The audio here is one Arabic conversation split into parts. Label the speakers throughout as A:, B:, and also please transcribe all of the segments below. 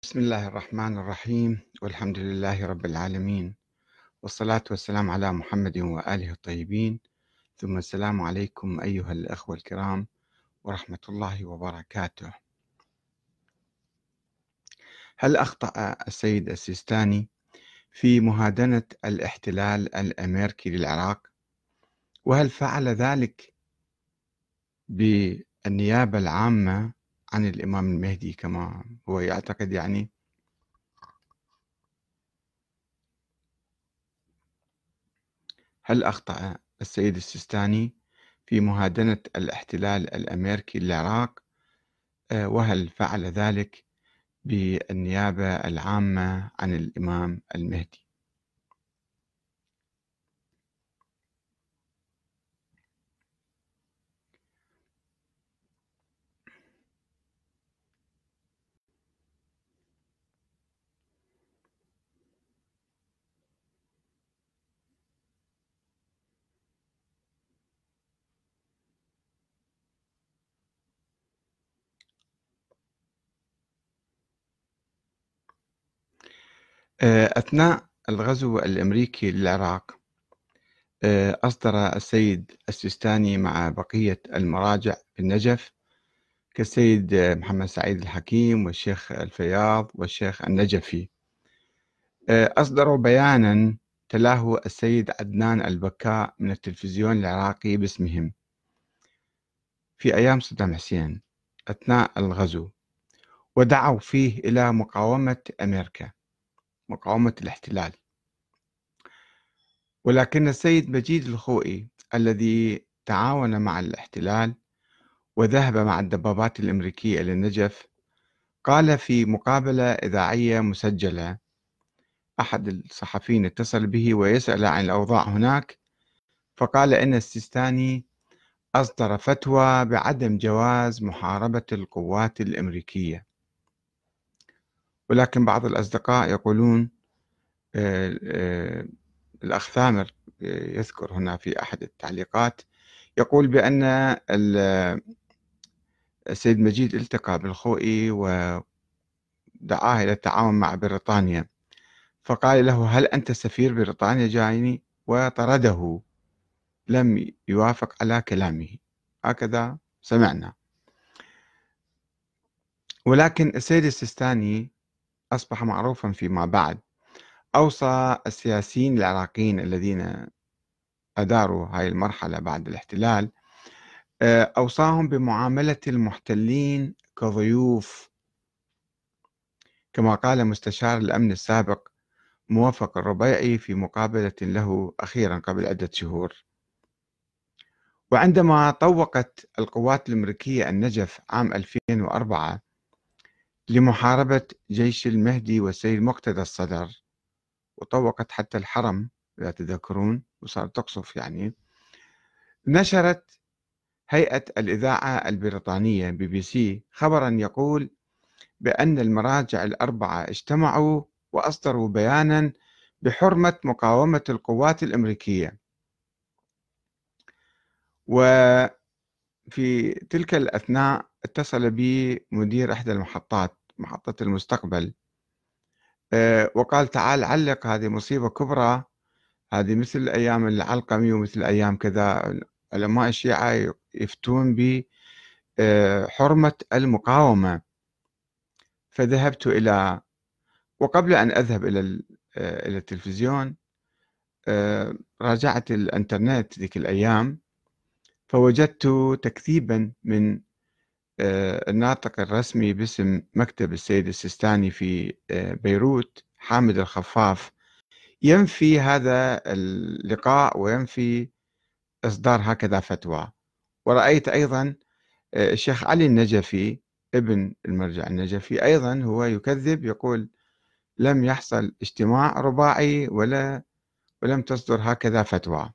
A: بسم الله الرحمن الرحيم والحمد لله رب العالمين والصلاة والسلام على محمد وآله الطيبين ثم السلام عليكم أيها الأخوة الكرام ورحمة الله وبركاته. هل أخطأ السيد السيستاني في مهادنة الاحتلال الأمريكي للعراق؟ وهل فعل ذلك بالنيابة العامة عن الإمام المهدي كما هو يعتقد يعني؟ هل أخطأ السيد السيستاني في مهادنة الاحتلال الأمريكي للعراق؟ وهل فعل ذلك بالنيابة العامة عن الإمام المهدي؟ أثناء الغزو الأمريكي للعراق أصدر السيد السيستاني مع بقية المراجع في النجف كالسيد محمد سعيد الحكيم والشيخ الفياض والشيخ النجفي، أصدروا بيانا تلاه السيد عدنان البكاء من التلفزيون العراقي باسمهم في أيام صدام حسين أثناء الغزو، ودعوا فيه إلى مقاومة أمريكا، مقاومة الاحتلال. ولكن السيد مجيد الخوئي الذي تعاون مع الاحتلال وذهب مع الدبابات الأمريكية إلى النجف قال في مقابلة إذاعية مسجلة، أحد الصحفيين اتصل به ويسأل عن الأوضاع هناك، فقال إن السيستاني أصدر فتوى بعدم جواز محاربة القوات الأمريكية. ولكن بعض الأصدقاء يقولون الأخ ثامر يذكر هنا في أحد التعليقات يقول بأن السيد مجيد التقى بالخوئي ودعاه إلى التعاون مع بريطانيا، فقال له هل أنت سفير بريطانيا جايني؟ وطرده، لم يوافق على كلامه، هكذا سمعنا. ولكن السيد السيستاني أصبح معروفا فيما بعد، أوصى السياسيين العراقيين الذين أداروا هاي المرحلة بعد الاحتلال، أوصاهم بمعاملة المحتلين كضيوف، كما قال مستشار الأمن السابق موفق الربيعي في مقابلة له أخيرا قبل عدة شهور. وعندما طوقت القوات الأمريكية النجف عام 2004 لمحاربة جيش المهدي والسيد مقتدى الصدر، وطوقت حتى الحرم إذا تذكرون وصارت تقصف يعني، نشرت هيئة الإذاعة البريطانية BBC خبرا يقول بأن المراجع الأربعة اجتمعوا وأصدروا بيانا بحرمة مقاومة القوات الأمريكية. وفي تلك الأثناء اتصل بي مدير إحدى المحطات، محطة المستقبل، وقال تعال علق، هذه مصيبة كبرى، هذه مثل أيام العلقمي ومثل أيام كذا، علماء الشيعة يفتون بحرمة المقاومة. فذهبت وقبل أن أذهب إلى التلفزيون راجعت الإنترنت ذيك الأيام، فوجدت تكذيبا من الناطق الرسمي باسم مكتب السيد السيستاني في بيروت، حامد الخفاف، ينفي هذا اللقاء وينفي إصدار هكذا فتوى. ورأيت أيضا الشيخ علي النجفي ابن المرجع النجفي أيضا هو يكذب، يقول لم يحصل اجتماع رباعي ولم تصدر هكذا فتوى.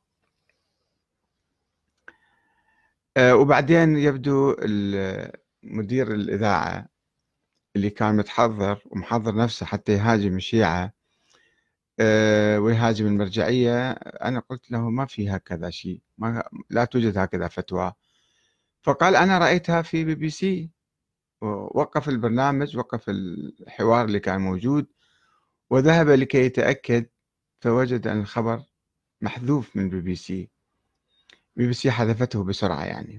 A: وبعدين يبدو مدير الإذاعة اللي كان متحضر ومحضر نفسه حتى يهاجم الشيعة ويهاجم المرجعية، أنا قلت له ما في هكذا شيء، لا توجد هكذا فتوى. فقال أنا رأيتها في BBC. ووقف البرنامج، وقف الحوار اللي كان موجود، وذهب لكي يتأكد، فوجد أن الخبر محذوف من بي بي سي حذفته بسرعة يعني.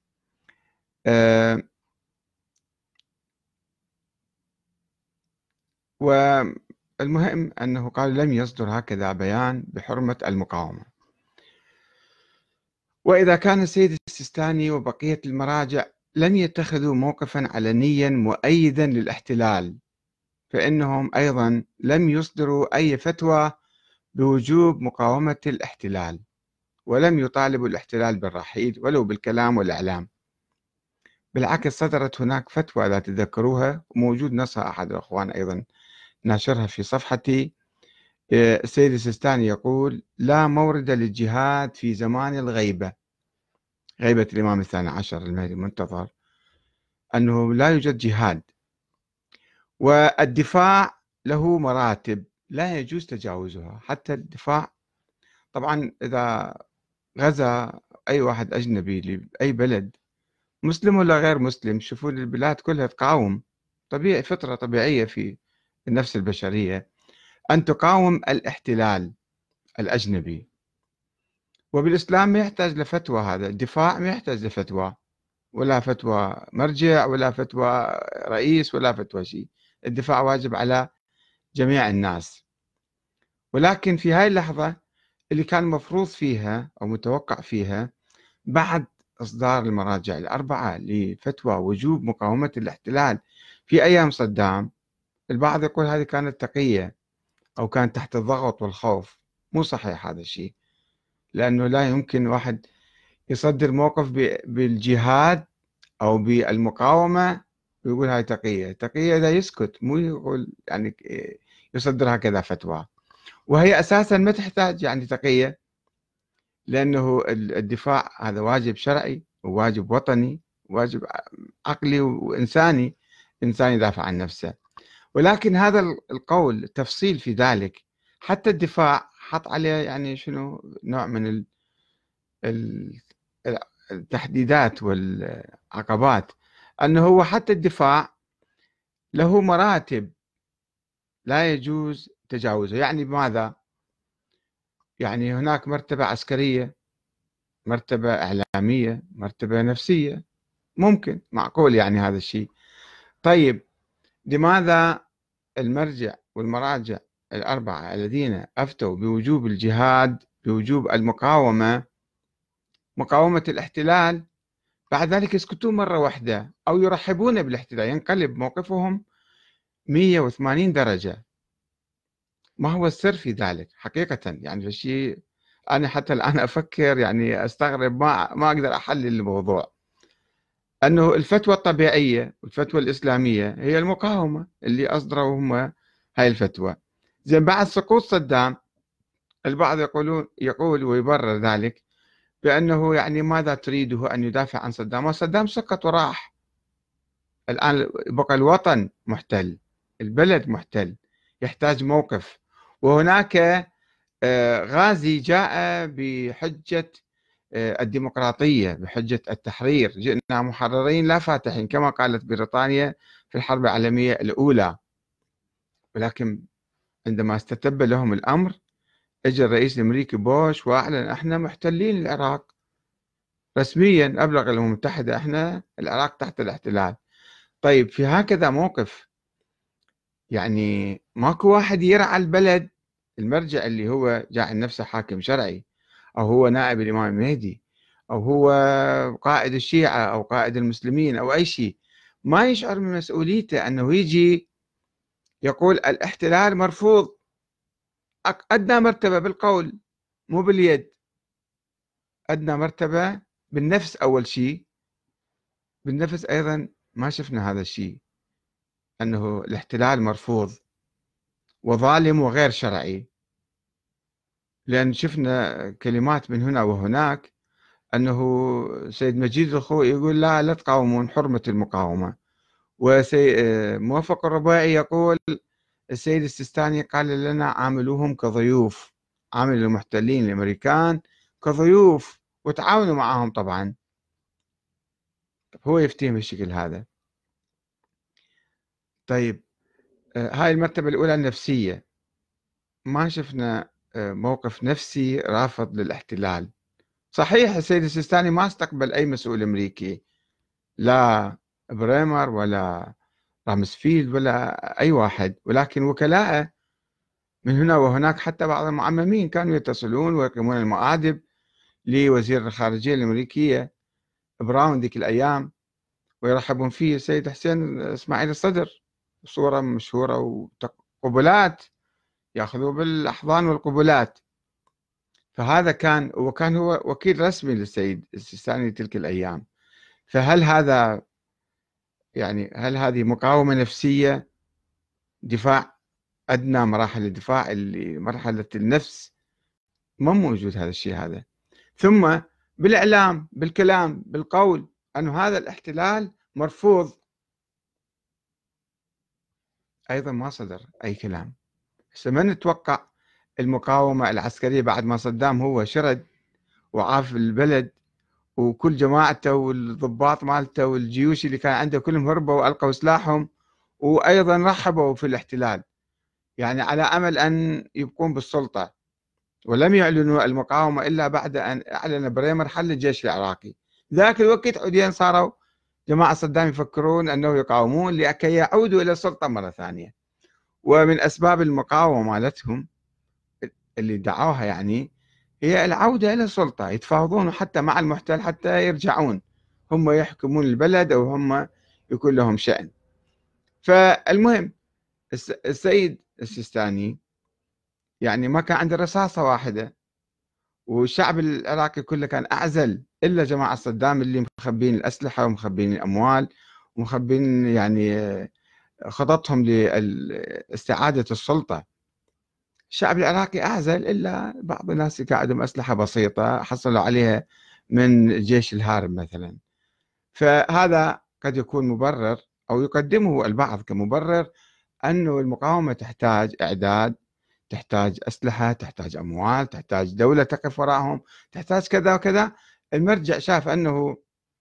A: آه، والمهم أنه قال لم يصدر هكذا بيان بحرمة المقاومة. وإذا كان السيد السيستاني وبقية المراجع لم يتخذوا موقفا علنيا مؤيدا للاحتلال، فإنهم أيضا لم يصدروا أي فتوى بوجوب مقاومة الاحتلال، ولم يطالبوا الاحتلال بالرحيل ولو بالكلام والإعلام. بالعكس، صدرت هناك فتوى إذا تذكروها، وموجود نصها أحد الأخوان أيضا ناشرها في صفحتي. السيد السيستاني يقول: لا مورد للجهاد في زمان الغيبة، غيبة الإمام الثاني عشر المهدي المنتظر، أنه لا يوجد جهاد، والدفاع له مراتب لا يجوز تجاوزها. حتى الدفاع، طبعا إذا غزا أي واحد أجنبي لأي بلد، مسلم ولا غير مسلم، شوفوا البلاد كلها تقاوم، طبيعي، فطرة طبيعية في النفس البشرية أن تقاوم الاحتلال الأجنبي. وبالإسلام ما يحتاج لفتوى، هذا الدفاع ما يحتاج لفتوى، ولا فتوى مرجع ولا فتوى رئيس ولا فتوى شيء. الدفاع واجب على جميع الناس. ولكن في هاي اللحظة اللي كان مفروض فيها أو متوقع فيها بعد إصدار المراجع الأربعة لفتوى وجوب مقاومة الاحتلال في أيام صدام، البعض يقول هذه كانت تقية أو كانت تحت الضغط والخوف. مو صحيح هذا الشيء، لأنه لا يمكن واحد يصدر موقف بالجهاد أو بالمقاومة ويقول هاي تقية. تقية إذا يسكت، مو يقول يعني يصدر هكذا فتوى. وهي أساسا ما تحتاج يعني تقية، لأنه الدفاع هذا واجب شرعي وواجب وطني، واجب عقلي وإنساني، إنسان يدافع عن نفسه. ولكن هذا القول تفصيل في ذلك، حتى الدفاع حط عليه يعني شنو نوع من ال- التحديدات والعقبات، أنه هو حتى الدفاع له مراتب لا يجوز تجاوزها. يعني بماذا؟ يعني هناك مرتبة عسكرية، مرتبة إعلامية، مرتبة نفسية، ممكن معقول يعني هذا الشيء. طيب، لماذا المرجع والمراجع الأربعة الذين أفتوا بوجوب الجهاد، بوجوب المقاومة، مقاومة الاحتلال، بعد ذلك يسكتون مرة واحدة أو يرحبون بالاحتلال، ينقلب موقفهم 180 درجة؟ ما هو السر في ذلك حقيقة؟ يعني الشيء أنا حتى الآن أفكر يعني أستغرب، ما أقدر أحلل الموضوع. أنه الفتوى الطبيعية والفتوى الإسلامية هي المقاومة، اللي أصدروا هم هاي الفتوى. زين، بعد سقوط صدام البعض يقول ويبرر ذلك بأنه يعني ماذا تريده أن يدافع عن صدام؟ وصدام سقط وراح، الآن بقى الوطن محتل، البلد محتل، يحتاج موقف. وهناك غازي جاء بحجة الديمقراطية، بحجة التحرير، جئنا محررين لا فاتحين كما قالت بريطانيا في الحرب العالمية الأولى. ولكن عندما استتب لهم الأمر، اجى الرئيس الأمريكي بوش وأعلن احنا محتلين العراق رسميا، أبلغ الأمم المتحدة احنا العراق تحت الاحتلال. طيب، في هكذا موقف يعني ماكو واحد يرعى البلد، المرجع اللي هو جاعل نفسه حاكم شرعي، أو هو نائب الإمام المهدي، أو هو قائد الشيعة أو قائد المسلمين أو أي شيء، ما يشعر من مسؤوليته أنه يجي يقول الاحتلال مرفوض؟ أدنى مرتبة بالقول، مو باليد، أدنى مرتبة بالنفس. أول شيء بالنفس أيضا ما شفنا هذا الشيء، أنه الاحتلال مرفوض وظالم وغير شرعي. لأن شفنا كلمات من هنا وهناك أنه سيد مجيد الخوئي يقول لا تقاومون، حرمة المقاومة. وموفق الرباعي يقول السيد السيستاني قال لنا عاملوهم كضيوف، عامل المحتلين الأمريكان كضيوف وتعاونوا معهم. طبعا هو يفتهم بالشكل هذا. طيب، هاي المرتبة الأولى النفسية. ما شفنا موقف نفسي رافض للاحتلال. صحيح السيد السيستاني ما استقبل أي مسؤول أمريكي، لا بريمر ولا رامسفيلد ولا أي واحد، ولكن وكلاءه من هنا وهناك، حتى بعض المعممين كانوا يتصلون ويقيمون المآدب لوزير الخارجية الأمريكية براون ذيك الأيام، ويرحبون فيه السيد حسين إسماعيل الصدر، صورة مشهورة وقبلات، يأخذوا بالأحضان والقبلات. فهذا وكان هو وكيل رسمي للسيد السيستاني تلك الأيام. فهل هذا هل هذه مقاومة نفسية، دفاع، أدنى مراحل الدفاع اللي مرحلة النفس؟ ما موجود هذا الشيء هذا. ثم بالإعلام، بالكلام، بالقول، أن هذا الاحتلال مرفوض، أيضا ما صدر أي كلام. هسه من نتوقع المقاومة العسكرية بعد ما صدام هو شرد وعاف البلد، وكل جماعته والضباط مالته والجيوش اللي كان عنده كلهم هربوا وألقوا سلاحهم، وأيضا رحبوا في الاحتلال، يعني على أمل أن يبقون بالسلطة، ولم يعلنوا المقاومة إلا بعد أن أعلن بريمر حل الجيش العراقي. ذاك الوقت عودين صاروا جماعة صدام يفكرون أنه يقاومون لكي يعودوا إلى السلطة مرة ثانية. ومن أسباب المقاومة مالتهم اللي دعوها هي العودة إلى السلطة، يتفاوضون حتى مع المحتل حتى يرجعون هم يحكمون البلد أو هم يكون لهم شأن. فالمهم السيد السيستاني ما كان عنده رصاصة واحدة، والشعب العراقي كله كان أعزل إلا جماعة صدام اللي مخبين الأسلحة ومخبين الأموال ومخبين خططهم لاستعادة السلطة. الشعب العراقي أعزل إلا بعض الناس اللي عندهم أسلحة بسيطة حصلوا عليها من الجيش الهارب مثلا. فهذا قد يكون مبرر، أو يقدمه البعض كمبرر، أنه المقاومة تحتاج إعداد، تحتاج أسلحة، تحتاج أموال، تحتاج دولة تقف وراءهم، تحتاج كذا وكذا. المرجع شاف أنه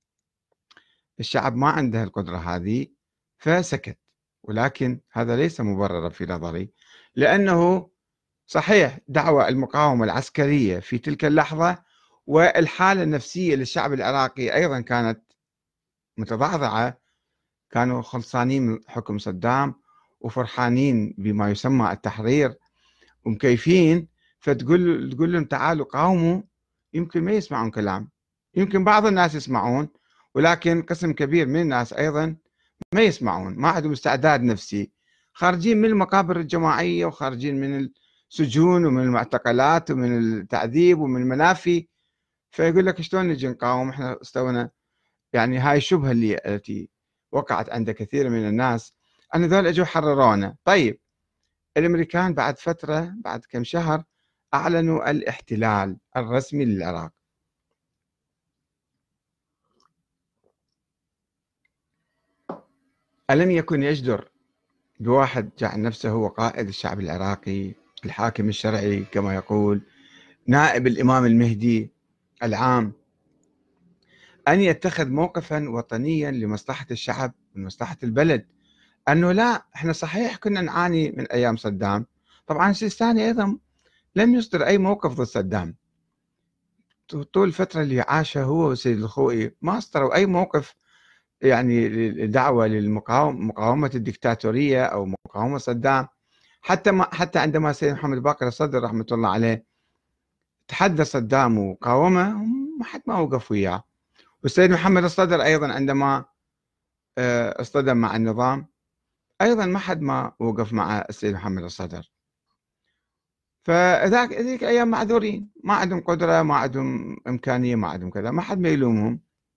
A: الشعب ما عنده القدرة هذه فسكت. ولكن هذا ليس مبررا في نظري، لأنه صحيح دعوة المقاومة العسكرية في تلك اللحظة والحالة النفسية للشعب العراقي أيضا كانت متضعضعة، كانوا خلصانين من حكم صدام وفرحانين بما يسمى التحرير ومكيفين. تقول لهم تعالوا قاوموا، يمكن ما يسمعون كلام، يمكن بعض الناس يسمعون، ولكن قسم كبير من الناس أيضا ما يسمعون، ما عندهم استعداد نفسي، خارجين من المقابر الجماعية وخارجين من السجون ومن المعتقلات ومن التعذيب ومن المنافي. فيقول لك شلون نجي نقاوم، احنا استوينا. هاي الشبهة التي وقعت عند كثير من الناس أن ذول اجوا حررونا. طيب الامريكان بعد فترة، بعد كم شهر، اعلنوا الاحتلال الرسمي للعراق. ألم يكن يجدر بواحد جعل نفسه هو قائد الشعب العراقي، الحاكم الشرعي كما يقول، نائب الإمام المهدي العام، أن يتخذ موقفا وطنيا لمصلحة الشعب ومصلحة البلد؟ أنه لا، احنا صحيح كنا نعاني من أيام صدام. طبعا السيستاني أيضا لم يصدر أي موقف ضد صدام طول الفترة اللي عاشها هو والسيد الخوئي، ما أصدروا أي موقف دعوة لمقاومة الدكتاتورية أو مقاومة صدام. حتى عندما السيد محمد باقر الصدر رحمة الله عليه تحدى صدام وقاومه، ما حد ما وقف وياه. والسيد محمد الصدر أيضا عندما اصطدم مع النظام أيضا ما حد ما وقف مع السيد محمد الصدر. ذيك الأيام معذورين، ما عندهم قدرة، ما عندهم إمكانية، ما عندهم كذا، ما حد ما يلومهم.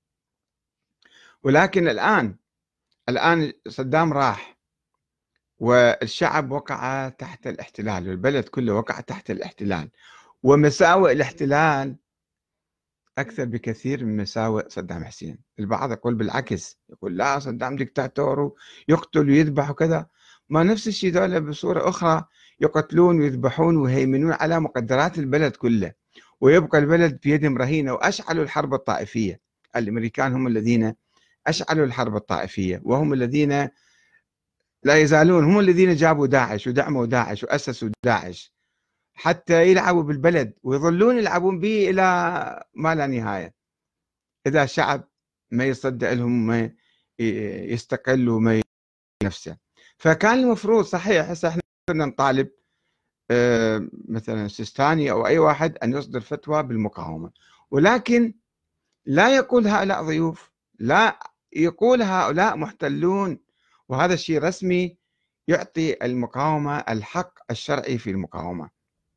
A: ولكن الآن صدام راح والشعب وقع تحت الاحتلال والبلد كله وقع تحت الاحتلال، ومساوئ الاحتلال أكثر بكثير من مساوئ صدام حسين. البعض يقول بالعكس، يقول لا صدام دكتاتور ويقتل ويذبح وكذا. ما نفس الشيء ذولا بصورة أخرى يقتلون ويذبحون ويهيمنون على مقدرات البلد كله، ويبقى البلد بيدهم رهينة. وأشعلوا الحرب الطائفية. الأمريكان هم الذين أشعلوا الحرب الطائفية، وهم الذين لا يزالون هم الذين جابوا داعش ودعموا داعش وأسسوا داعش حتى يلعبوا بالبلد ويظلون يلعبون به إلى ما لا نهاية. إذا الشعب ما يصدق لهم، ما يستقل وما نفسه. فكان المفروض صحيح هسه احنا كنا نطالب مثلا السيستاني او اي واحد ان يصدر فتوى بالمقاومه، ولكن لا يقول هؤلاء ضيوف، لا يقول هؤلاء محتلون، وهذا الشيء رسمي يعطي المقاومه الحق الشرعي في المقاومه.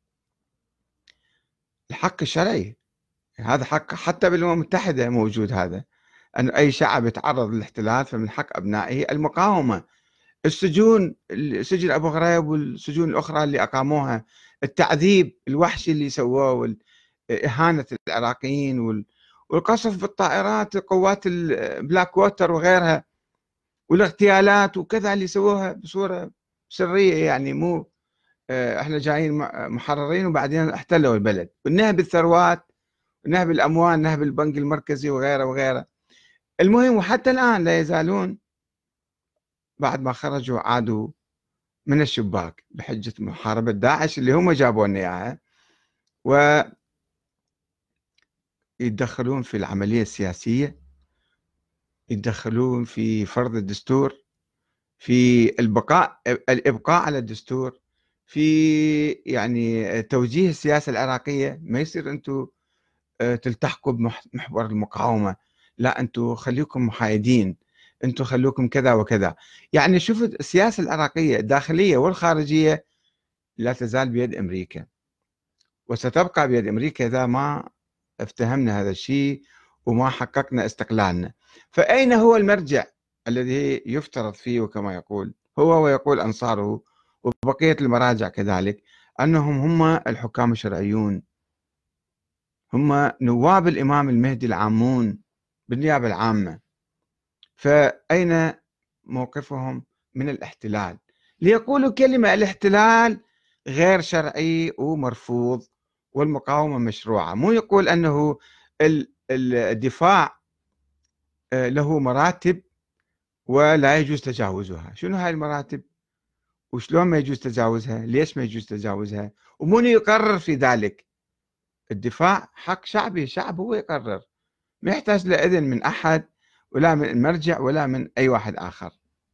A: الحق الشرعي هذا حق حتى بالامم المتحده موجود، هذا ان اي شعب يتعرض للاحتلال فمن حق ابنائه المقاومه. السجون، سجن ابو غريب والسجون الاخرى اللي اقاموها، التعذيب الوحشي اللي سووه، اهانه العراقيين والقصف بالطائرات قوات البلاك ووتر وغيرها، والاغتيالات وكذا اللي سووها بصوره سريه، يعني مو احنا جايين محررين وبعدين احتلوا البلد، والنهب الثروات، نهب الاموال، نهب البنك المركزي وغيره وغيره. المهم وحتى الان لا يزالون بعد ما خرجوا عادوا من الشباك بحجة محاربة داعش اللي هم جابوا لنا إياها، ويتدخلون في العملية السياسية، يتدخلون في فرض الدستور، في الإبقاء على الدستور، في يعني توجيه السياسة العراقية. ما يصير أنتم تلتحقوا بمحور المقاومة، لا أنتم خليكم محايدين، أنتم خلوكم كذا وكذا. يعني شوف السياسة العراقية الداخلية والخارجية لا تزال بيد أمريكا، وستبقى بيد أمريكا إذا ما افتهمنا هذا الشيء وما حققنا استقلالنا. فأين هو المرجع الذي يفترض فيه، وكما يقول هو ويقول أنصاره وبقية المراجع كذلك، أنهم هم الحكام الشرعيون، هم نواب الإمام المهدي العامون بالنيابة العامة. فأين موقفهم من الاحتلال؟ ليقولوا كلمة الاحتلال غير شرعي ومرفوض والمقاومة مشروعة، مو يقول أنه الدفاع له مراتب ولا يجوز تجاوزها. شنو هاي المراتب وشلون ما يجوز تجاوزها؟ ليش ما يجوز تجاوزها؟ ومن يقرر في ذلك؟ الدفاع حق شعبي، الشعب هو يقرر، ما يحتاج لإذن من أحد ولا من المرجع ولا من أي واحد آخر.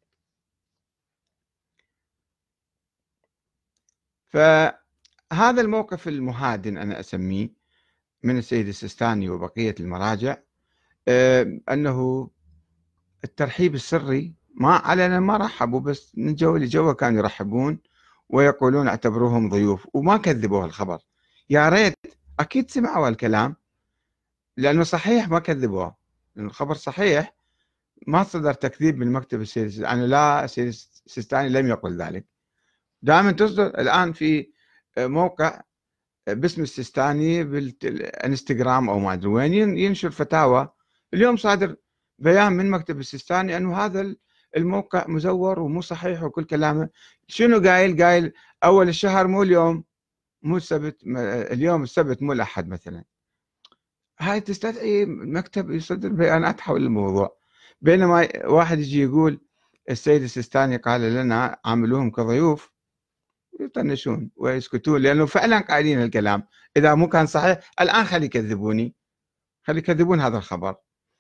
A: فهذا الموقف المهادن أنا أسميه من السيد السيستاني وبقية المراجع، أنه الترحيب السري ما علنا، ما رحبوا، بس من جو لجو كانوا يرحبون ويقولون اعتبروهم ضيوف وما كذبوا الخبر. يا ريت أكيد سمعوا الكلام، لأنه صحيح ما كذبوه، لأنه الخبر صحيح، ما صدر تكذيب من مكتب السيد السيستاني. أنا لا، السيد السيستاني لم يقل ذلك. دائما تصدر الآن في موقع باسم السيستاني بالانستغرام او ما ادري وين ينشر فتاوى. اليوم صادر بيان من مكتب السيستاني انه هذا الموقع مزور ومو صحيح وكل كلامه. شنو قايل؟ قايل اول الشهر مو اليوم، مو السبت، اليوم السبت مو الاحد مثلا. هاي تستدعي مكتب يصدر بيانات حول الموضوع، بينما واحد يجي يقول السيد السيستاني قال لنا عاملوهم كضيوف، يطنشون ويسكتون لأنه فعلا قايلين الكلام. إذا مو كان صحيح الآن خلي يكذبوني، خلي يكذبون هذا الخبر.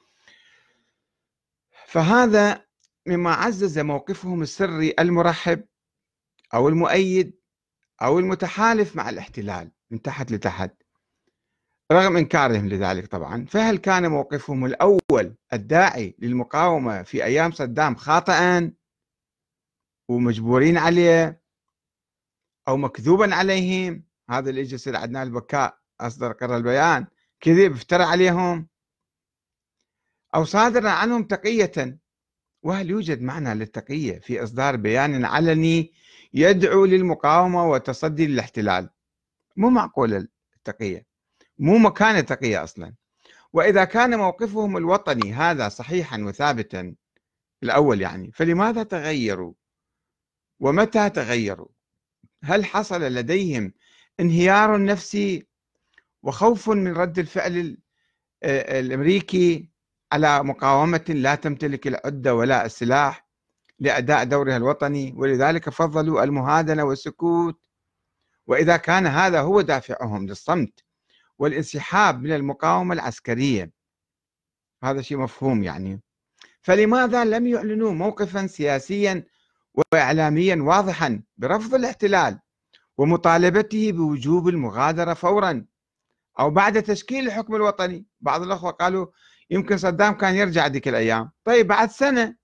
A: فهذا مما عزز موقفهم السري المرحب أو المؤيد أو المتحالف مع الاحتلال من تحت لتحت، رغم إنكارهم لذلك طبعا. فهل كان موقفهم الأول الداعي للمقاومة في أيام صدام خاطئا ومجبورين عليه أو مكذوبا عليهم؟ هذا اللي يجي يصير عدنان البكاء أصدر قرر البيان كذب افترى عليهم، أو صادرا عنهم تقية؟ وهل يوجد معنى للتقية في إصدار بيان علني يدعو للمقاومة والتصدي للاحتلال؟ مو معقولة التقية، مو مكان التقية أصلا. وإذا كان موقفهم الوطني هذا صحيحا وثابتا الأول يعني، فلماذا تغيروا ومتى تغيروا؟ هل حصل لديهم انهيار نفسي وخوف من رد الفعل الأمريكي على مقاومة لا تمتلك العدة ولا السلاح؟ لأداء دورها الوطني، ولذلك فضلوا المهادنة والسكوت. وإذا كان هذا هو دافعهم للصمت والانسحاب من المقاومة العسكرية، هذا شيء مفهوم يعني، فلماذا لم يعلنوا موقفا سياسيا وإعلاميا واضحا برفض الاحتلال ومطالبته بوجوب المغادرة فورا أو بعد تشكيل الحكم الوطني؟ بعض الأخوة قالوا يمكن صدام كان يرجع ذيك الأيام. طيب بعد سنة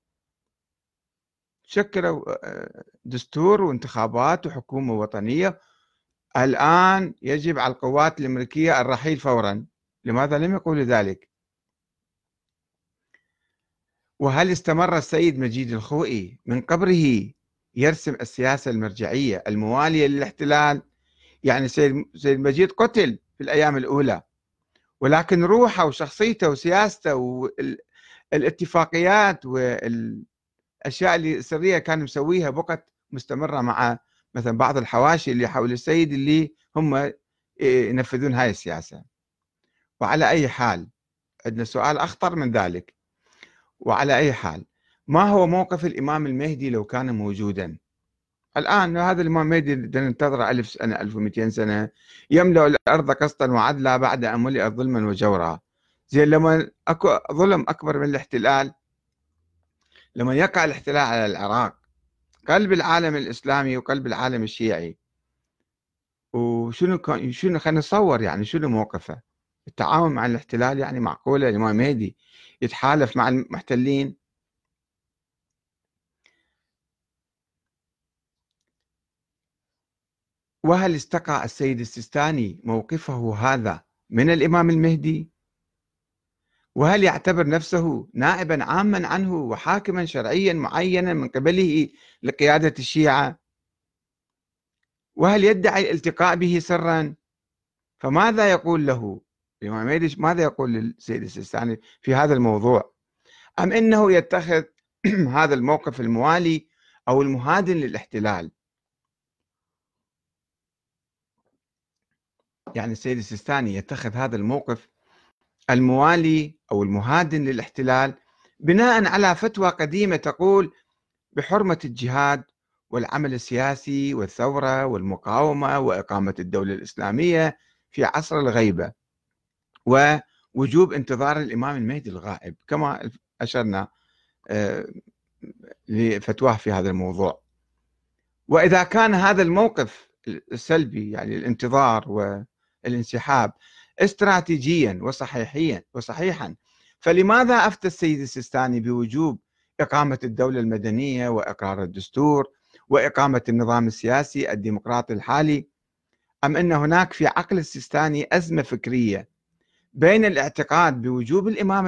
A: شكلوا دستور وانتخابات وحكومة وطنية، الآن يجب على القوات الأمريكية الرحيل فورا. لماذا لم يقولوا ذلك؟ وهل استمر السيد مجيد الخوئي من قبره يرسم السياسة المرجعية الموالية للاحتلال؟ يعني سيد مجيد قتل في الأيام الأولى، ولكن روحه وشخصيته وسياسته والاتفاقيات والأشياء اللي السرية كان مسويها بقت مستمرة مع مثلا بعض الحواشي اللي حول السيد اللي هم ينفذون هاي السياسة. وعلى أي حال عندنا سؤال أخطر من ذلك. وعلى أي حال، ما هو موقف الإمام المهدي لو كان موجودا الآن؟ هذا الإمام المهدي ننتظره 1000 سنة 1200 سنة، يملأ الأرض قسطا وعدلا بعد أن ملئت ظلما وجورا. زين لما أكو ظلم أكبر من الاحتلال، لما يقع الاحتلال على العراق قلب العالم الإسلامي وقلب العالم الشيعي، وشنو كان، شنو خلينا نتصور يعني شنو موقفه التعاون مع الاحتلال؟ يعني معقولة الإمام المهدي يتحالف مع المحتلين؟ وهل استقى السيد السيستاني موقفه هذا من الإمام المهدي؟ وهل يعتبر نفسه نائبا عاما عنه وحاكما شرعيا معينا من قبله لقيادة الشيعة؟ وهل يدعي الالتقاء به سرا؟ فماذا يقول له الإمام المهدي؟ ماذا يقول للسيد السيستاني في هذا الموضوع؟ أم إنه يتخذ هذا الموقف الموالي أو المهادن للاحتلال؟ يعني السيد السيستاني يتخذ هذا الموقف الموالي أو المهادن للاحتلال بناء على فتوى قديمة تقول بحرمة الجهاد والعمل السياسي والثورة والمقاومة وإقامة الدولة الإسلامية في عصر الغيبة، ووجوب انتظار الإمام المهدي الغائب كما أشرنا لفتواه في هذا الموضوع. وإذا كان هذا الموقف السلبي يعني الانتظار والانسحاب استراتيجيا وصحيحا، فلماذا أفتى السيد السيستاني بوجوب إقامة الدولة المدنية وإقرار الدستور وإقامة النظام السياسي الديمقراطي الحالي؟ أم أن هناك في عقل السيستاني أزمة فكرية بين الاعتقاد بوجود الإمام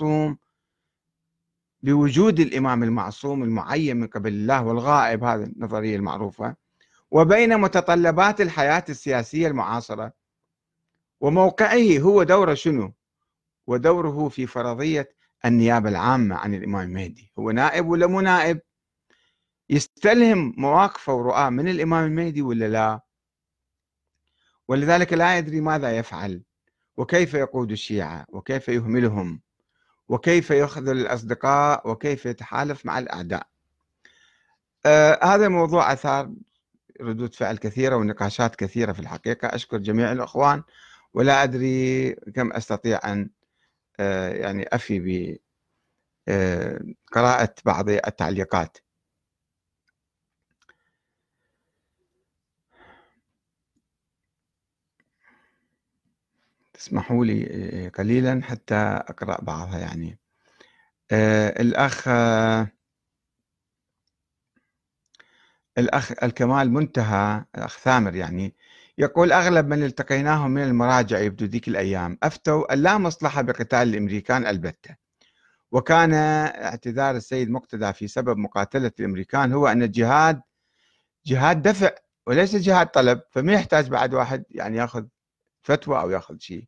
A: المعصوم المعين من قبل الله والغائب، هذه النظرية المعروفة، وبين متطلبات الحياة السياسية المعاصرة وموقعه هو دوره شنو؟ ودوره في فرضية النيابة العامة عن الإمام المهدي، هو نائب ولا مو نائب؟ يستلهم مواقفه ورؤاه من الإمام المهدي ولا لا؟ ولذلك لا يدري ماذا يفعل وكيف يقود الشيعة وكيف يهملهم وكيف يخذل الأصدقاء وكيف يتحالف مع الأعداء. هذا الموضوع أثار ردود فعل كثيرة ونقاشات كثيرة في الحقيقة. أشكر جميع الأخوان، ولا أدري كم أستطيع أن يعني أفي بقراءة بعض التعليقات. تسمحوا لي قليلا حتى أقرأ بعضها. يعني الأخ الكمال منتهى، الأخ ثامر يعني يقول أغلب من التقيناهم من المراجع يبدو ذيك الأيام أفتوا أن لا مصلحة بقتال الأمريكان البتة، وكان اعتذار السيد مقتدى في سبب مقاتلة الأمريكان هو أن الجهاد جهاد دفع وليس جهاد طلب، فما يحتاج بعد واحد يعني ياخذ فتوى أو ياخذ شيء.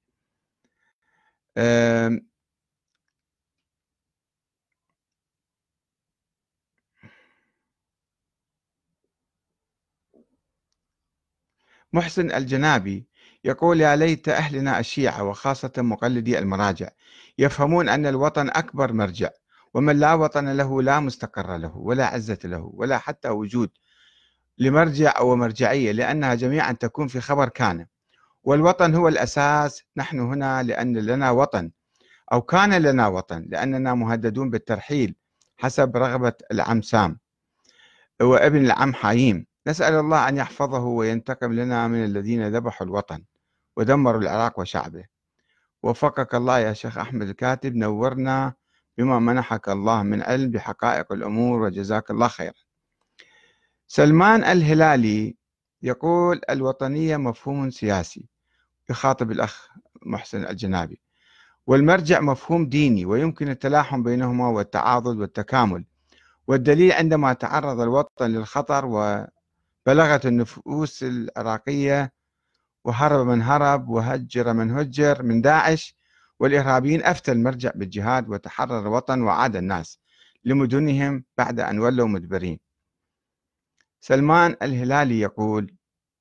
A: محسن الجنابي يقول يا ليت أهلنا الشيعة وخاصة مقلدي المراجع يفهمون أن الوطن أكبر مرجع ومن لا وطن له لا مستقر له ولا عزة له ولا حتى وجود لمرجع أو مرجعية، لأنها جميعا تكون في خبر كان. والوطن هو الأساس. نحن هنا لأن لنا وطن، أو كان لنا وطن، لأننا مهددون بالترحيل حسب رغبة العم سام وابن العم حاييم. نسأل الله أن يحفظه وينتقم لنا من الذين ذبحوا الوطن ودمروا العراق وشعبه. وفقك الله يا شيخ أحمد الكاتب، نورنا بما منحك الله من علم بحقائق الأمور، وجزاك الله خيرا. سلمان الهلالي يقول: الوطنية مفهوم سياسي، يخاطب الأخ محسن الجنابي، والمرجع مفهوم ديني، ويمكن التلاحم بينهما والتعاضد والتكامل. والدليل عندما تعرض الوطن للخطر وبلغت النفوس العراقية وهرب من هرب وهجر من هجر من داعش والإرهابيين، أفتى المرجع بالجهاد وتحرر الوطن وعاد الناس لمدنهم بعد أن ولوا مدبرين. سلمان الهلالي يقول: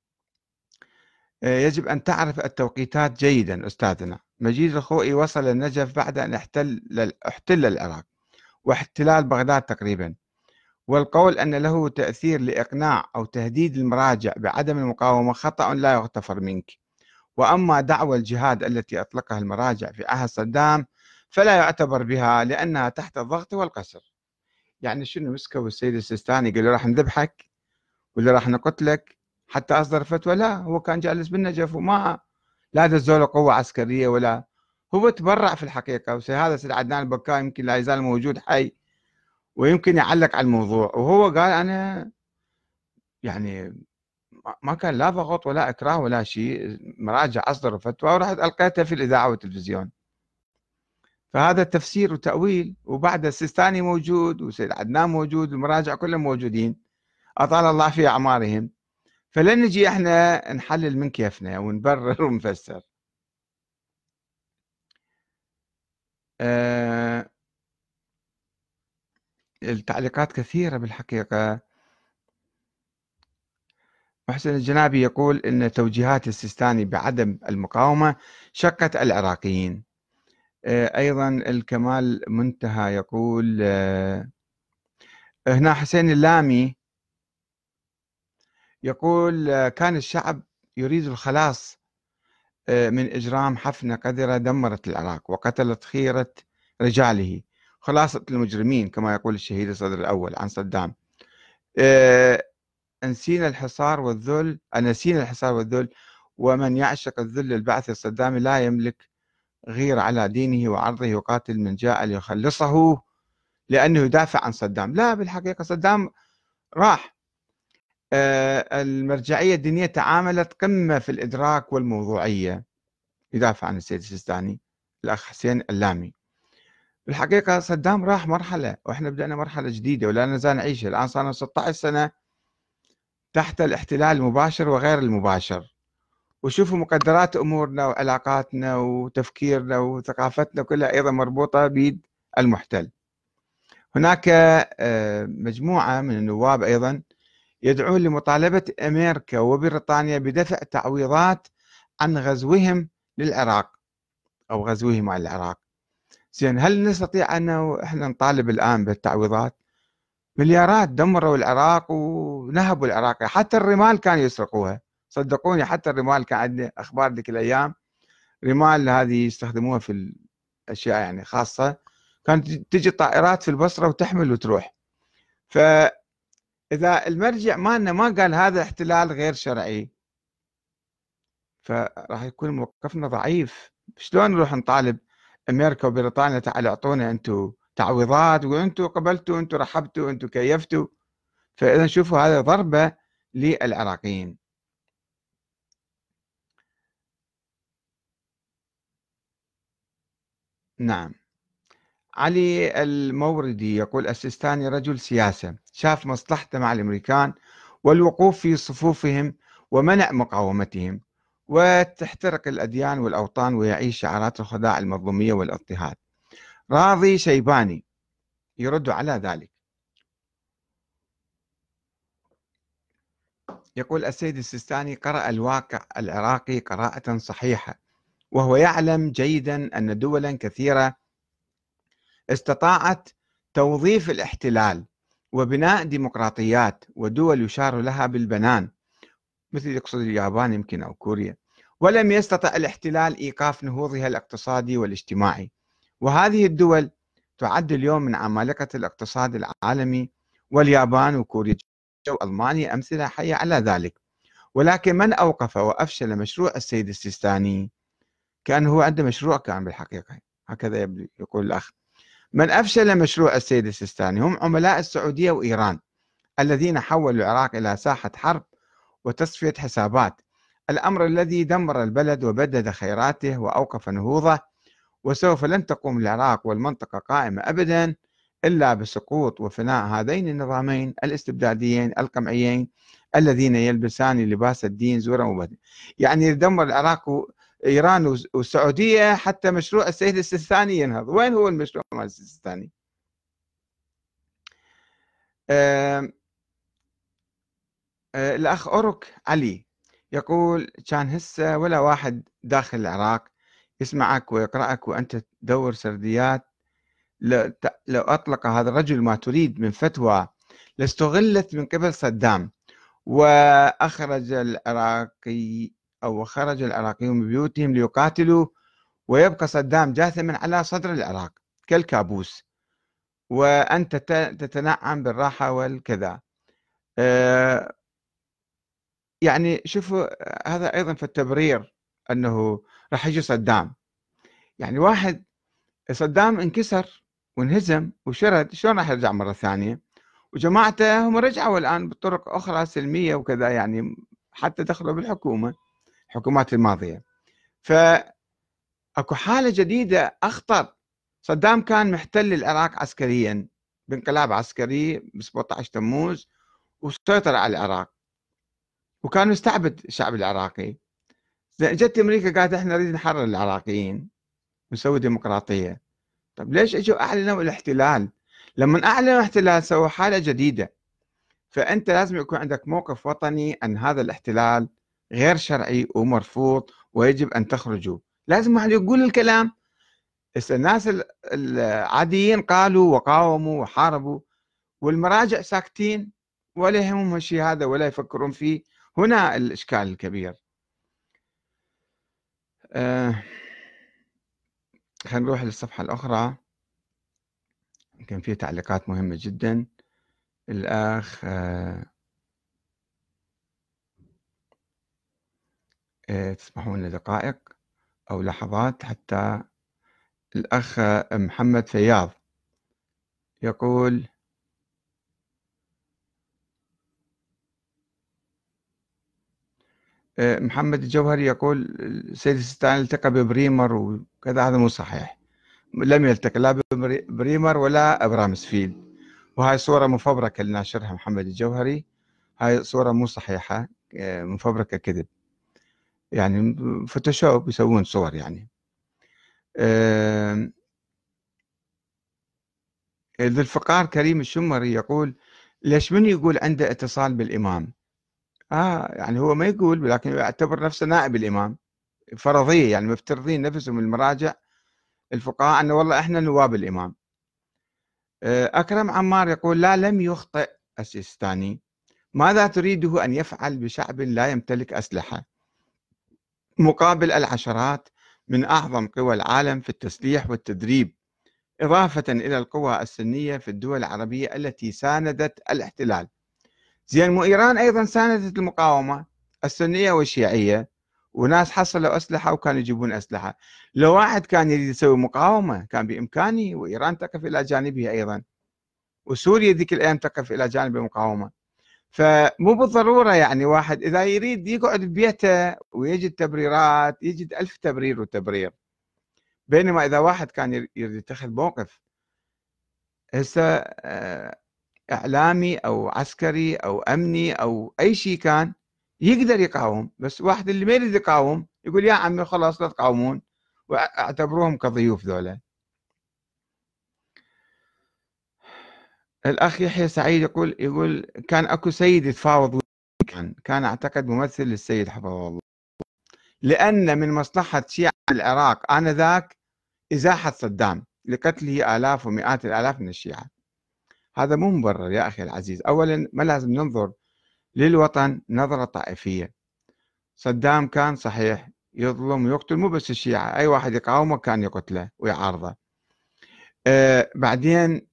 A: يجب أن تعرف التوقيتات جيدا أستاذنا. مجيد الخوئي وصل النجف بعد أن احتل العراق واحتلال بغداد تقريبا، والقول أن له تأثير لإقناع أو تهديد المراجع بعدم المقاومة خطأ لا يغتفر منك. وأما دعوى الجهاد التي أطلقها المراجع في عهد صدام فلا يعتبر بها، لأنها تحت الضغط والقسر. يعني شنو، مسكوا السيد السيستاني قالوا راح نذبحك ولا راح نقتلك حتى أصدر فتوى؟ لا، هو كان جالس بالنجف وما لا دزوا قوة عسكرية ولا، هو تبرع في الحقيقة. هذا سيد عدنان البكاء يمكن لا يزال موجود حي ويمكن يعلق على الموضوع، وهو قال أنا يعني ما كان لا ضغط ولا إكراه ولا شيء، مراجع أصدروا فتوى ورحت ألقيتها في الإذاعة والتلفزيون. فهذا تفسير وتأويل. وبعد السيستاني موجود وسيد عدنان موجود، المراجع كلهم موجودين أطال الله في أعمارهم. فلن نجي احنا نحلل من كيفنا ونبرر ونفسر. التعليقات كثيرة بالحقيقة. محسن الجنابي يقول إن توجيهات السيستاني بعدم المقاومة شقت العراقيين. أيضا الكمال منتهى يقول هنا حسين اللامي يقول كان الشعب يريد الخلاص من إجرام حفنة قذرة دمرت العراق وقتلت خيرة رجاله، خلاصة المجرمين كما يقول الشهيد الصدر الأول عن صدام. نسينا الحصار والذل، ومن يعشق الذل البعث الصدامي لا يملك غير على دينه وعرضه، يقاتل من جاء ليخلصه لأنه يدافع عن صدام. لا، بالحقيقة صدام راح. المرجعية الدينية تعاملت قمة في الإدراك والموضوعية، يدافع عن السيد السيستاني الأخ حسين اللامي. بالحقيقة صدام راح مرحلة وإحنا بدأنا مرحلة جديدة ولا نزال نعيشها. الآن صار 16 سنة تحت الاحتلال المباشر وغير المباشر، وشوفوا مقدرات أمورنا وعلاقاتنا وتفكيرنا وثقافتنا كلها أيضا مربوطة بيد المحتل. هناك مجموعة من النواب أيضا يدعون لمطالبة أمريكا وبريطانيا بدفع تعويضات عن غزوهم للعراق أو غزوهم على العراق. زين، هل نستطيع أن احنا نطالب الآن بالتعويضات؟ مليارات دمروا العراق ونهبوا العراق، حتى الرمال كانوا يسرقوها. صدقوني حتى الرمال، كان عندنا أخبار ذيك الأيام، رمال هذه يستخدموها في الأشياء يعني خاصة، كانت تجي طائرات في البصرة وتحمل وتروح. فإذا المرجع مالنا ما قال هذا احتلال غير شرعي فراح يكون موقفنا ضعيف. شلون نروح نطالب أمريكا وبريطانيا تعالوا اعطونا أنتم تعويضات وأنتم قبلتوا أنتم رحبتوا أنتم كيفتوا؟ فإذا شوفوا هذا ضربة للعراقيين. نعم. علي الموردي يقول السيستاني رجل سياسة، شاف مصلحته مع الأمريكان والوقوف في صفوفهم ومنع مقاومتهم، وتحترق الأديان والأوطان ويعيش شعارات الخداع المظلومية والاضطهاد. راضي شيباني يرد على ذلك، يقول السيد السيستاني قرأ الواقع العراقي قراءة صحيحة، وهو يعلم جيدا أن دولا كثيرة استطاعت توظيف الاحتلال وبناء ديمقراطيات ودول يشار لها بالبنان، مثل يقصد اليابان يمكن أو كوريا، ولم يستطع الاحتلال إيقاف نهوضها الاقتصادي والاجتماعي. وهذه الدول تعد اليوم من عمالقة الاقتصاد العالمي، واليابان وكوريا وألمانيا أمثلة حية على ذلك. ولكن من أوقف وأفشل مشروع السيد السيستاني، كان هو عنده مشروع كان بالحقيقة، هكذا يقول الأخ، من أفشل مشروع السيد السيستاني هم عملاء السعودية وإيران، الذين حولوا العراق إلى ساحة حرب وتصفية حسابات، الأمر الذي دمر البلد وبدد خيراته وأوقف نهوضه. وسوف لن تقوم العراق والمنطقة قائمة أبدا إلا بسقوط وفناء هذين النظامين الاستبداديين القمعيين الذين يلبسان لباس الدين زورا وبدن. يعني يدمر العراق وإيران والسعودية حتى مشروع السيد السيستاني ينهض. وين هو المشروع مال السيستاني؟ الأخ أورك علي يقول كان هسه ولا واحد داخل العراق يسمعك ويقرأك وأنت تدور سرديات. لو أطلق هذا الرجل ما تريد من فتوى لاستغلت من قبل صدام، وأخرج العراقي أو خرج العراقيون من بيوتهم ليقاتلوا، ويبقى صدام جاثما على صدر العراق كالكابوس، وأنت تتنعم بالراحة والكذا. يعني شوفوا هذا أيضا في التبرير أنه راح يجي صدام. يعني واحد صدام انكسر وانهزم وشرد، شلون راح يرجع مرة ثانية؟ وجماعته هم رجعوا الآن بطرق أخرى سلمية وكذا، يعني حتى دخلوا بالحكومة الحكومات الماضية. فأكو حالة جديدة أخطر. صدام كان محتل العراق عسكريا بانقلاب عسكري ب 17 تموز، وسيطر على العراق وكان يستعبد الشعب العراقي. جت أمريكا قالت احنا نريد نحرر العراقيين ونسوي ديمقراطية. طب ليش اجوا اعلنوا الاحتلال؟ لما اعلنوا الاحتلال سووا حالة جديدة. فانت لازم يكون عندك موقف وطني ان هذا الاحتلال غير شرعي ومرفوض ويجب ان تخرجوا. لازم واحد يقول الكلام. الناس العاديين قالوا وقاوموا وحاربوا، والمراجع ساكتين ولا يهمهم الشيء هذا ولا يفكرون فيه. هنا الاشكال الكبير. خلينا نروح للصفحة الأخرى، يمكن فيه تعليقات مهمة جدا. الأخ تسمحون لي دقائق أو لحظات حتى. الأخ محمد فياض يقول محمد الجوهري يقول السيد السيستاني التقى ببريمر وكذا، هذا مو صحيح. لم يلتقي لا ببريمر ولا برامسفيلد، وهاي صورة مفبركة اللي ناشرها محمد الجوهري. هاي صورة مو صحيحة، مفبركة كذب، يعني فوتوشوب يسوون صور يعني. ذو الفقار كريم الشمري يقول ليش من يقول عنده اتصال بالإمام؟ يعني هو ما يقول، لكن يعتبر نفسه نائب الإمام، فرضية، يعني مفترضين نفسهم المراجع الفقهاء أنه والله إحنا نواب الإمام. أكرم عمار يقول لا، لم يخطئ السيستاني. ماذا تريده أن يفعل بشعب لا يمتلك أسلحة مقابل العشرات من أعظم قوى العالم في التسليح والتدريب، إضافة إلى القوى السنية في الدول العربية التي ساندت الاحتلال؟ زين، مو إيران أيضا ساندت المقاومة السنية والشيعية، وناس حصلوا أسلحة وكانوا يجيبون أسلحة. لو واحد كان يريد يسوي مقاومة كان بإمكانه، وإيران تقف إلى جانبه أيضا، وسوريا ذيك الأيام تقف إلى جانب المقاومة. فمو بالضرورة يعني واحد إذا يريد يقعد ببيته ويجد تبريرات، يجد ألف تبرير وتبرير. بينما إذا واحد كان يريد يتخذ موقف هسه إعلامي أو عسكري أو أمني أو أي شيء كان يقدر يقاوم. بس واحد اللي ما يريد يقاوم يقول يا عمي خلاص لا تقاومون، واعتبروهم كضيوف ذولا. الأخ يحيى سعيد يقول كان أكو سيد يتفاوض، كان أعتقد ممثل للسيد حفظه الله، لأن من مصلحة شيعة العراق آنذاك إزاحة صدام لقتله آلاف ومئات الآلاف من الشيعة. هذا مو مبرر يا أخي العزيز. أولا ما لازم ننظر للوطن نظرة طائفية. صدام كان صحيح يظلم ويقتل مو بس الشيعة، أي واحد يقاومه كان يقتله ويعارضه. بعدين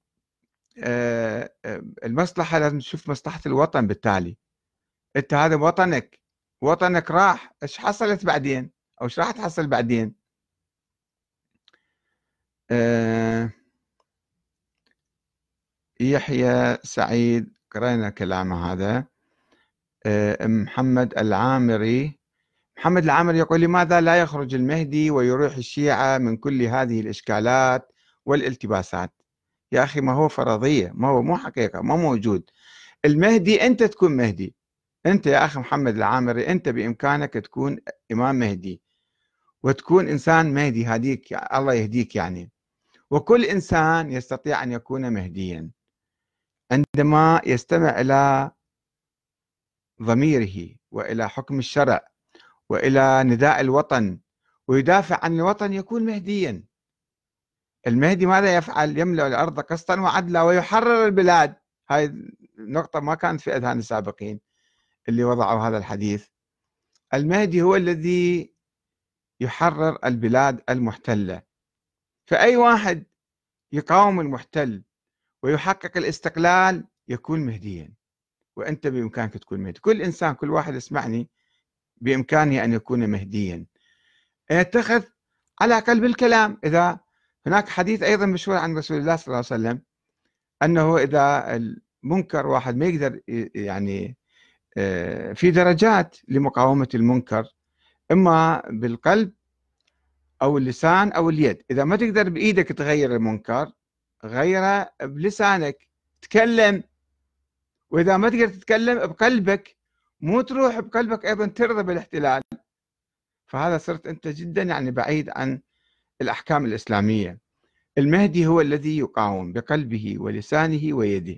A: المصلحة لازم تشوف مصلحة الوطن. بالتالي أنت هذا وطنك، وطنك راح، إيش حصلت بعدين أو إيش راح تحصل بعدين؟ يحيى سعيد قرأنا كلامه هذا. محمد العامري، محمد العامري يقول: لماذا لا يخرج المهدي ويروح الشيعة من كل هذه الإشكالات والالتباسات؟ يا أخي ما هو فرضية، ما هو مو حقيقة، ما موجود. المهدي أنت تكون مهدي. أنت يا أخي محمد العامري أنت بإمكانك تكون إمام مهدي وتكون إنسان مهدي، هديك الله يهديك يعني. وكل إنسان يستطيع أن يكون مهديا عندما يستمع إلى ضميره وإلى حكم الشرع وإلى نداء الوطن ويدافع عن الوطن، يكون مهديا. المهدي ماذا يفعل؟ يملأ الأرض قسطا وعدلا ويحرر البلاد. هاي نقطة ما كانت في أذهان السابقين اللي وضعوا هذا الحديث. المهدي هو الذي يحرر البلاد المحتلة. فأي واحد يقاوم المحتل ويحقق الاستقلال يكون مهديا، وأنت بإمكانك تكون مهدي. كل إنسان، كل واحد يسمعني بإمكانه أن يكون مهديا، يتخذ على قلب الكلام. إذا هناك حديث أيضا مشهور عن رسول الله صلى الله عليه وسلم أنه إذا المنكر واحد ما يقدر يعني في درجات لمقاومة المنكر، إما بالقلب أو اللسان أو اليد. إذا ما تقدر بإيدك تغير المنكر، غيره بلسانك، تكلم. وإذا ما تقدر تتكلم بقلبك، مو تروح بقلبك أيضا ترضى بالاحتلال. فهذا صرت أنت جدا يعني بعيد عن الأحكام الإسلامية. المهدي هو الذي يقاوم بقلبه ولسانه ويده.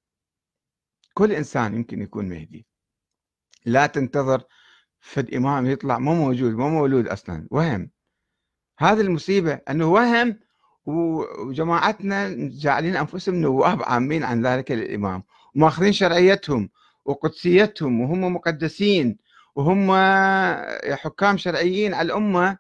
A: كل إنسان يمكن يكون مهدي. لا تنتظر فد إمام يطلع مو موجود، مو مولود أصلا، وهم. هذه المصيبة أنه وهم، وجماعتنا جعلين أنفسهم نواب عامين عن ذلك الإمام، وماخذين شرعيتهم وقدسيتهم وهم مقدسين وهم حكام شرعيين على الأمة.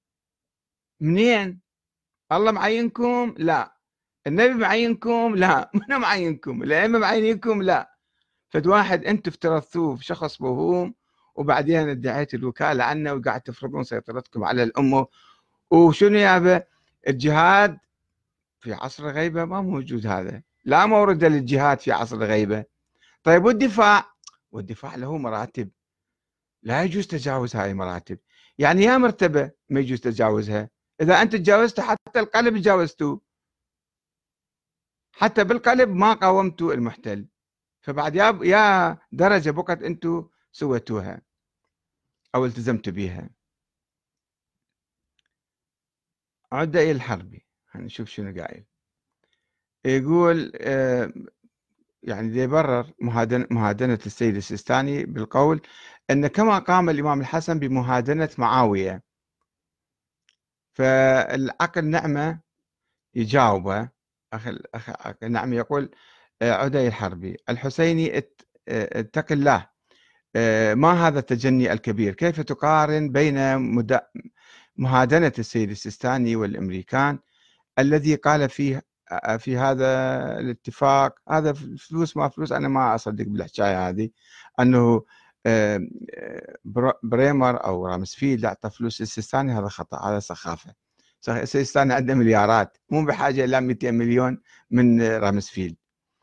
A: منين؟ الله معينكم؟ لا. النبي معينكم؟ لا. من معينكم؟ الأئمة معينكم؟ لا. فد واحد أنتم افترضتوه في شخص بوهوم، وبعدين ادعيت الوكالة عنه وقاعد تفرضون سيطرتكم على الأمة. وشنو يابا؟ الجهاد في عصر الغيبة ما موجود، هذا لا مورد للجهاد في عصر الغيبة. طيب والدفاع؟ والدفاع له مراتب، لا يجوز تجاوز هاي المراتب. يعني يا مرتبة ما يجوز تجاوزها. إذا أنت تجاوزت حتى القلب تجاوزته، حتى بالقلب ما قاومتوا المحتل، فبعد يا درجة بقت أنتوا سويتوها أو التزمتوا بها. عدة إلى الحربي، هنشوف شنو قايل. يقول يعني يبرر مهادنة السيد السيستاني بالقول أن كما قام الإمام الحسن بمهادنة معاوية، فالعقل نعمة يجاوبه. أخ نعم يقول عدي الحربي: الحسيني اتق الله، ما هذا التجني الكبير؟ كيف تقارن بين مهادنة السيد السيستاني والأمريكان الذي قال فيه في هذا الاتفاق، هذا فلوس ما فلوس، أنا ما أصدق بالحكاية هذه أنه بريمر أو رامسفيلد أعطى فلوس السيستاني، هذا خطأ، هذا سخافة. السيستاني عنده مليارات، مو بحاجة إلى 200 مليون من رامسفيلد.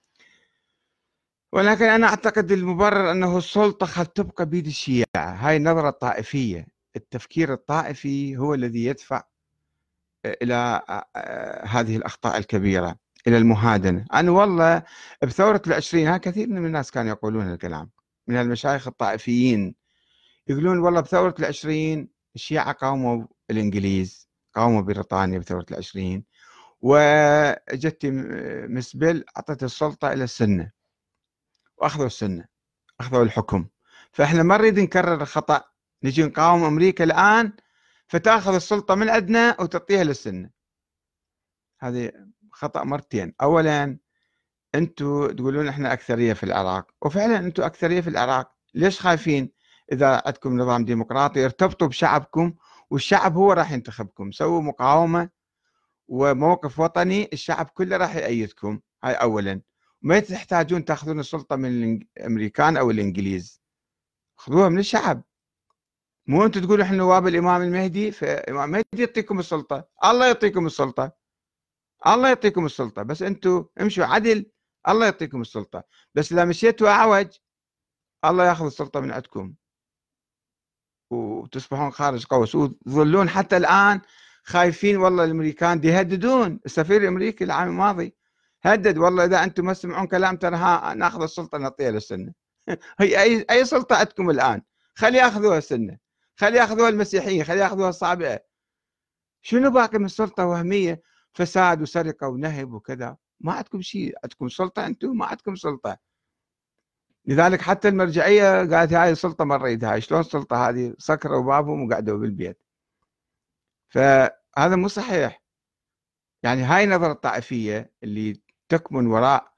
A: ولكن أنا أعتقد المبرر أنه السلطة قد تبقى بيد الشيعة. هاي النظرة الطائفية، التفكير الطائفي هو الذي يدفع إلى هذه الأخطاء الكبيرة، إلى المهادنة. أنا والله بثورة العشرين، ها كثير من الناس كانوا يقولون الكلام من المشايخ الطائفيين، يقولون والله بثورة العشرين الشيعة قاوموا الإنجليز، قاوموا بريطانيا بثورة العشرين، وجت مسبل أعطت السلطة إلى السنة وأخذوا السنة، أخذوا الحكم. فإحنا ما نريد نكرر الخطأ، نجي نقاوم أمريكا الآن فتأخذ السلطة من عندنا وتعطيها للسنة. هذه خطأ مرتين. أولا أنتم تقولون إحنا أكثرية في العراق، وفعلا أنتم أكثرية في العراق. ليش خايفين؟ إذا عندكم نظام ديمقراطي ارتبطوا بشعبكم، والشعب هو راح ينتخبكم. سووا مقاومة وموقف وطني، الشعب كله راح يأيدكم. هاي أولا. ما تحتاجون تاخذون السلطة من الأمريكان أو الإنجليز، خذوها من الشعب. مو أنتم تقولوا إحنا نواب الإمام المهدي، فالإمام المهدي يعطيكم السلطة، الله يعطيكم السلطة، الله يعطيكم السلطة، بس أنتم امشوا عدل، الله يعطيكم السلطة. بس إذا مشيتوا أعوج، الله ياخذ السلطة من عندكم وتصبحون خارج قوس، وتظلون حتى الآن خايفين. والله الأمريكان دي يهددون. السفير الأمريكي العام الماضي هدد، والله إذا أنتم ما تسمعون كلام ترى ناخذ السلطة نعطيها للسنة. هي أي سلطة عندكم الآن؟ خلي ياخذوها السنة، خلي ياخذوها المسيحيين، خلي ياخذوها الصابئة. شنو باقي من السلطة؟ وهمية، فساد وسرقة ونهب وكذا. ما عندكم شيء، عندكم سلطة أنتم؟ ما عندكم سلطة. لذلك حتى المرجعية قالت هاي السلطة ما نريدها. شلون السلطة هذه؟ سكروا بابهم وقعدوا بالبيت. فهذا مو صحيح. يعني هاي النظرة الطائفية اللي تكمن وراء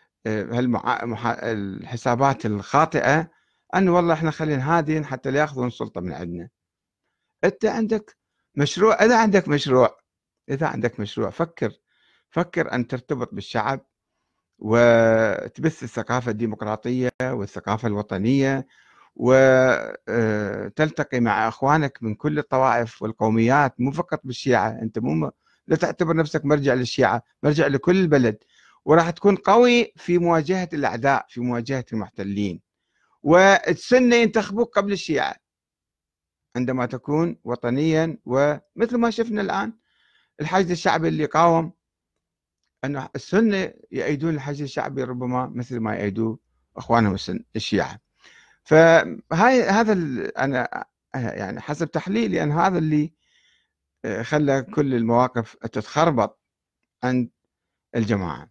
A: الحسابات الخاطئة، أنه والله احنا خلينا هادين حتى لا ياخذون السلطة من عندنا. أنت عندك مشروع، إذا عندك مشروع فكر أن ترتبط بالشعب وتبث الثقافة الديمقراطية والثقافة الوطنية، وتلتقي مع أخوانك من كل الطوائف والقوميات، مو فقط بالشيعة. أنت مو لا تعتبر نفسك مرجع للشيعة، مرجع لكل البلد. وراح تكون قوي في مواجهة الأعداء، في مواجهة المحتلين، والسنة ينتخبوك قبل الشيعة عندما تكون وطنيا. ومثل ما شفنا الآن الحشد الشعبي اللي قاوم، أن السنة يأيدون الحشد الشعبي ربما مثل ما يأيدوا أخوانهم الشيعة. هذا أنا يعني حسب تحليلي أن هذا اللي خلى كل المواقف تتخربط عند الجماعة.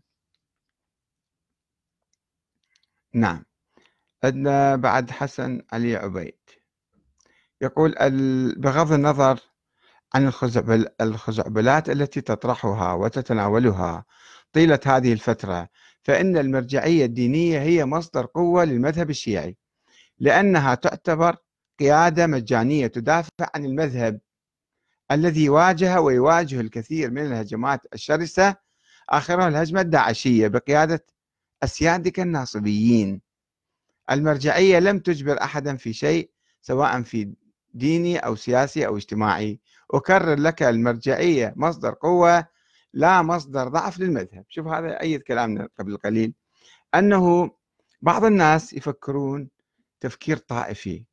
A: نعم. عندنا بعد حسن علي عبيد يقول بغض النظر عن الخزعبلات التي تطرحها وتتناولها طيلة هذه الفترة، فإن المرجعية الدينية هي مصدر قوة للمذهب الشيعي، لأنها تعتبر قيادة مجانية تدافع عن المذهب الذي واجه ويواجه الكثير من الهجمات الشرسة، آخرها الهجمة الداعشية بقيادة أسيادك الناصبيين. المرجعية لم تجبر أحدا في شيء، سواء في ديني أو سياسي أو اجتماعي. أكرر لك، المرجعية مصدر قوة لا مصدر ضعف للمذهب. شوف هذا أي كلامنا قبل قليل، أنه بعض الناس يفكرون تفكير طائفي،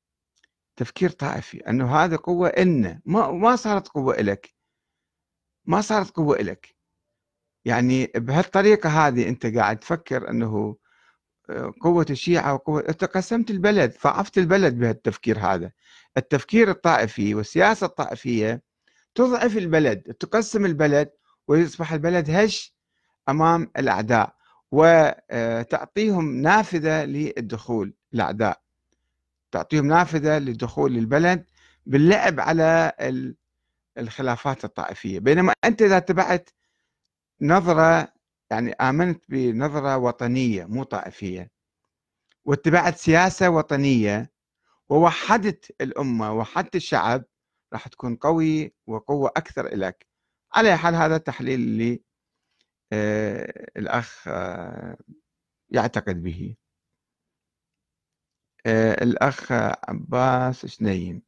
A: أنه هذه قوة إلنا. ما صارت قوة إلك، ما صارت قوة إلك. يعني بهالطريقة هذه أنت قاعد تفكر أنه قوة الشيعة وقوة، أنت قسمت البلد، ضعفت البلد بهالتفكير هذا. التفكير الطائفي والسياسة الطائفية تضعف البلد، تقسم البلد، ويصبح البلد هش أمام الأعداء، وتعطيهم نافذة للدخول. الأعداء تعطيهم نافذة للدخول للبلد باللعب على الخلافات الطائفية. بينما أنت إذا اتبعت نظرة، يعني آمنت بنظرة وطنية مو طائفية، واتبعت سياسة وطنية، ووحدت الأمة، وحدت الشعب، راح تكون قوي وقوة أكثر لك. على حال هذا التحليل اللي الأخ يعتقد به. الأخ عباس شنيم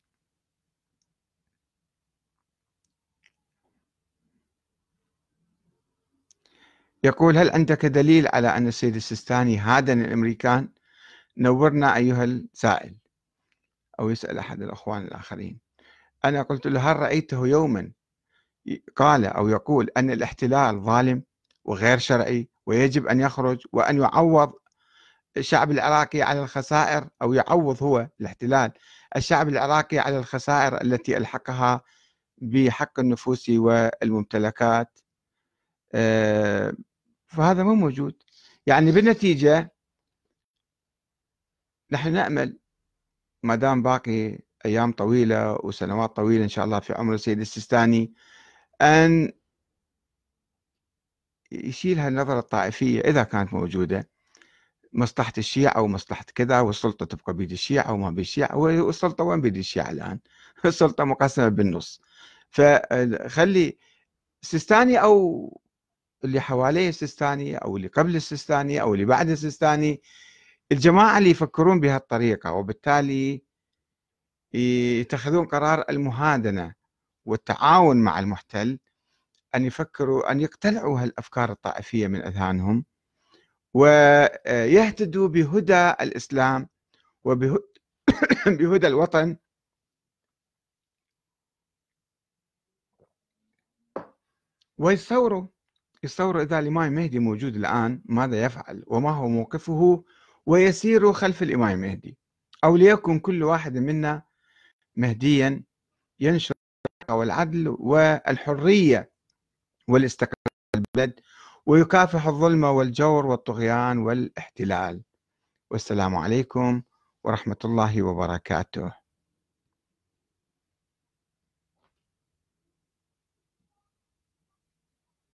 A: يقول: هل عندك دليل على أن السيد السيستاني هادن الأمريكان؟ نورنا أيها السائل. أو يسأل أحد الأخوان الآخرين. أنا قلت له: هل رأيته يوما قال أو يقول أن الاحتلال ظالم وغير شرعي ويجب أن يخرج وأن يعوض الشعب العراقي على الخسائر، أو يعوض هو الاحتلال الشعب العراقي على الخسائر التي ألحقها بحق النفوس والممتلكات؟ فهذا مو موجود. يعني بالنتيجة نحن نأمل ما دام باقي أيام طويلة وسنوات طويلة إن شاء الله في عمر السيد السيستاني، أن يشيل هالنظرة الطائفية إذا كانت موجودة، مصلحة الشيعة أو مصلحة كذا، والسلطة تبقى بيد الشيعة وما بيد الشيعة، والسلطة وين بيد الشيعة الآن؟ السلطة مقسمة بالنص. فخلي السيستاني أو اللي حواليه السيستاني أو اللي قبل السيستاني أو اللي بعد السيستاني، الجماعة اللي يفكرون بهالطريقة وبالتالي يتخذون قرار المهادنة والتعاون مع المحتل، أن يفكروا أن يقتلعوا هالأفكار الطائفية من أذهانهم ويهتدوا بهدى الإسلام وبهدى الوطن، ويتصوروا إذا الإمام المهدي موجود الآن ماذا يفعل وما هو موقفه، ويسيروا خلف الإمام المهدي، أو ليكن كل واحد منا مهديا ينشر الحق والعدل والحرية والاستقلال البلد، ويكافح الظلم والجور والطغيان والاحتلال. والسلام عليكم ورحمة الله وبركاته.